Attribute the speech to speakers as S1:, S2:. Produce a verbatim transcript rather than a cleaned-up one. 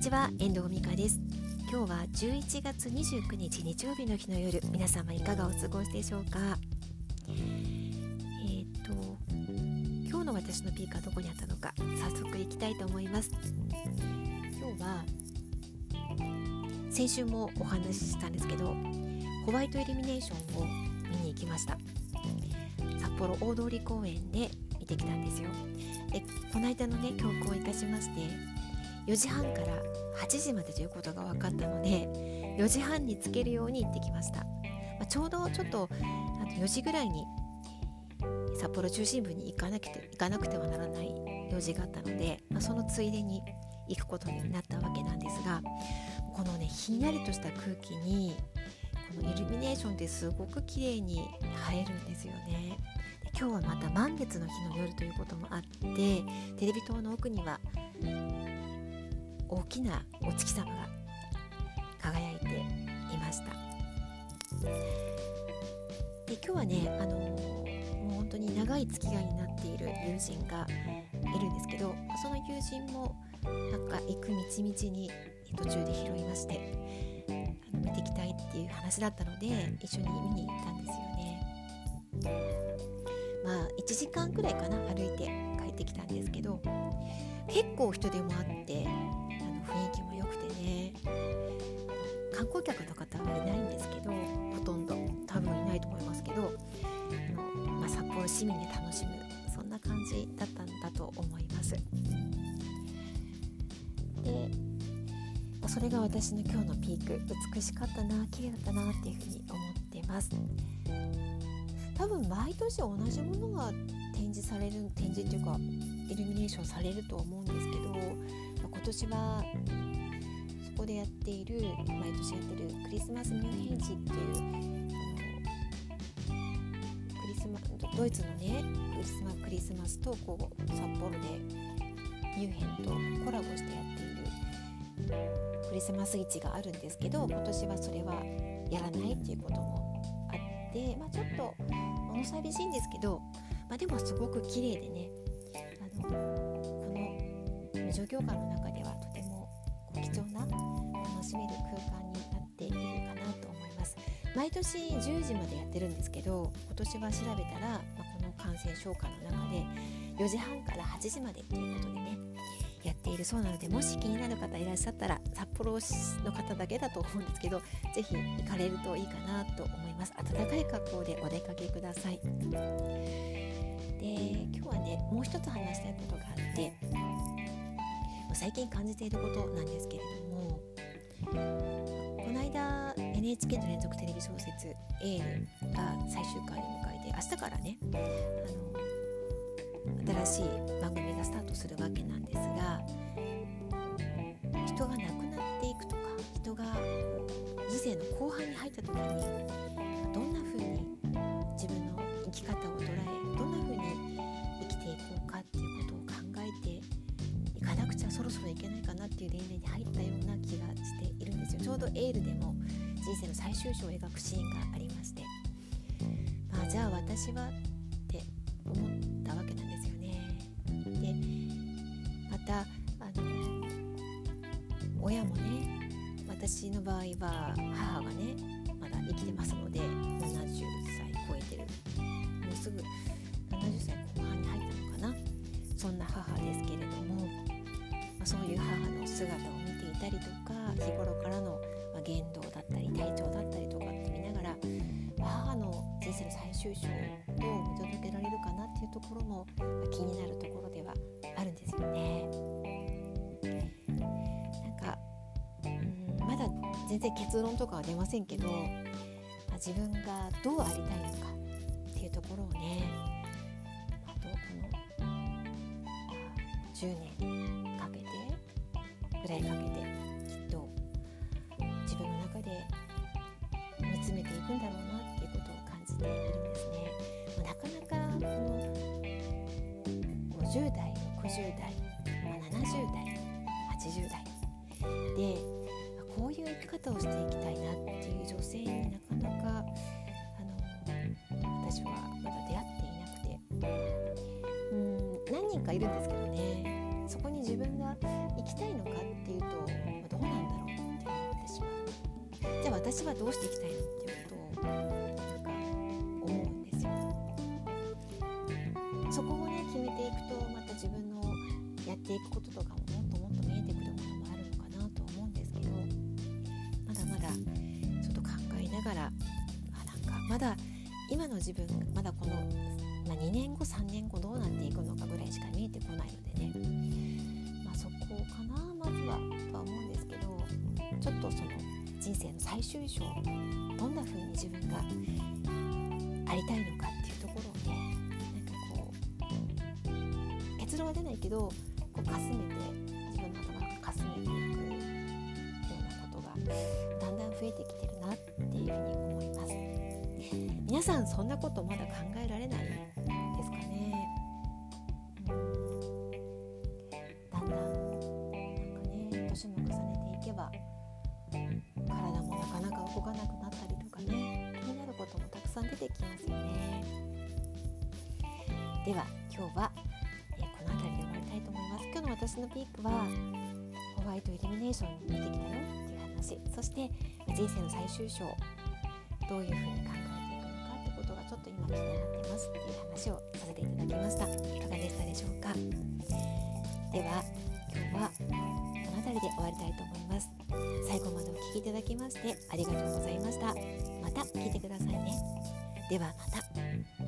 S1: ちは、遠藤美香です。今日はじゅういちがつにじゅうくにち日曜日の日の夜、皆様いかがお過ごしでしょうか。えー、っと今日の私のピークはどこにあったのか、早速いきたいと思います。今日は先週もお話ししたんですけど、ホワイトイルミネーションを見に行きました。札幌大通公園で見てきたんですよ。でこの間のね教訓を生かしまして、よじはんからはちじまでということが分かったので、よじはんにつけるように行ってきました。まあ、ちょうどちょっとあとよじぐらいに札幌中心部に行かなくて行かなくてはならない用事があったので、まあ、そのついでに行くことになったわけなんですが、このねひんやりとした空気にこのイルミネーションってすごく綺麗に映えるんですよね。で今日はまた満月の日の夜ということもあって、テレビ塔の奥には大きなお月様が輝いていました。で今日はね、あのー、もう本当に長い付き合いになっている友人がいるんですけど、その友人もなんか行く道々に途中で拾いまして、あの見てきたいっていう話だったので一緒に見に行ったんですよね。まあいちじかんくらいかな、歩いて帰ってきたんですけど、結構人手もあって雰囲気も良くてね、観光客の方はいないんですけど、ほとんど多分いないと思いますけど、あの、まあ、札幌市民で楽しむ、そんな感じだったんだと思います。で、まあ、それが私の今日のピーク、美しかったな、綺麗だったなっていうふうに思ってます。多分毎年同じものが展示される、展示というかイルミネーションされると思うんですけど、今年はそこでやっている毎年やってるクリスマスミュンヘンジっていうあのクリスマドイツのねクリスマクリスマスとこう札幌でミュンヘンとコラボしてやっているクリスマス市があるんですけど、今年はそれはやらないっていうこともあって、まあ、ちょっと物寂しいんですけど、まあ、でもすごく綺麗でね、あのこの状況下の中ではとても貴重な楽しめる空間になっているかなと思います。毎年じゅうじまでやってるんですけど、今年は調べたら、まあ、この感染症下の中でよじはんからはちじまでということでねやっているそうなので、もし気になる方いらっしゃったら、札幌の方だけだと思うんですけど、ぜひ行かれるといいかなと思います。暖かい格好でお出かけください。で今日はねもう一つ話したいことがあって、最近感じていることなんですけれども、この間 エヌエイチケー の連続テレビ小説エールが最終回を迎えて、明日からねあの新しい番組がスタートするわけなんですが、人が亡くなっていくとか、人が人生の後半に入った時にどんな風に自分の生き方を捉え、どんな風に生きていこうかっていうことを考えていかなくちゃそろそろいけないかなっていう年齢に入ったような気がしているんですよ。ちょうどエールでも人生の最終章を描くシーンがありまして、まあ、じゃあ私はって思ったわけなんですよね。でまたあの親もね、私の場合は母がねまだ生きてますので、ななじゅっさい超えてる、もうすぐななじゅっさいこう半に入ったのかな、そんな母ですけれども、まあ、そういう母の姿を見ていたりとか、日頃からの言動だったり体調だったりとかって見ながら、母の人生の最終章をどう見届けられるかなっていうところも気になるところではあるんですよね。なんかうーんまだ全然結論とかは出ませんけど、まあ、自分がどうありたいのかっていうところをね、あとこの、まあ、じゅうねんかけてぐらいかけてきっと自分の中で見つめていくんだろうなっていうことを感じているんですね。まあ、なかなかこのごじゅうだい、ろくじゅうだい、まあ、ななじゅうだい、はちじゅうだいで、まあ、こういう生き方をしていきたいなっていう女性になかなかあの私はまだ出会っていなくて、うーん何人かいるんですけどね、そこに自分が行きたいのかっていうと私はどうしていきたいのっていうことをなんか思うんですよ。そこをね決めていくと、また自分のやっていくこととかももっともっと見えてくるものもあるのかなと思うんですけど、まだまだちょっと考えながら、あ、なんかまだ今の自分まだこの、まあ、にねんごさんねんごどうなっていくのかぐらいしか見えてこないのでね、まあ、そこかなまずはとは思うんですけど、ちょっとその人生の最終章、どんな風に自分がありたいのかっていうところをね、なんかこう結論は出ないけど、こうかすめて自分の頭がかすめていくようなことがだんだん増えてきてるなっていうふうに思います。皆さんそんなことまだ考えられないですかね。うん、だんだんなんかね、年も重ねていけば体もなかなか動かなくなったりとかね、気になることもたくさん出てきますよね。では今日は、えー、この辺りで終わりたいと思います。今日の私のピークはホワイトイルミネーションに見てきたよっていう話、そして人生の最終章、どういうふうに考えていくのかってことがちょっと今気になってますっていう話をさせていただきました。いかがでしたでしょうか。では今日はこの辺りで終わりたいと思います。最後までお聞きいただきましてありがとうございました。また聞いてくださいね。ではまた。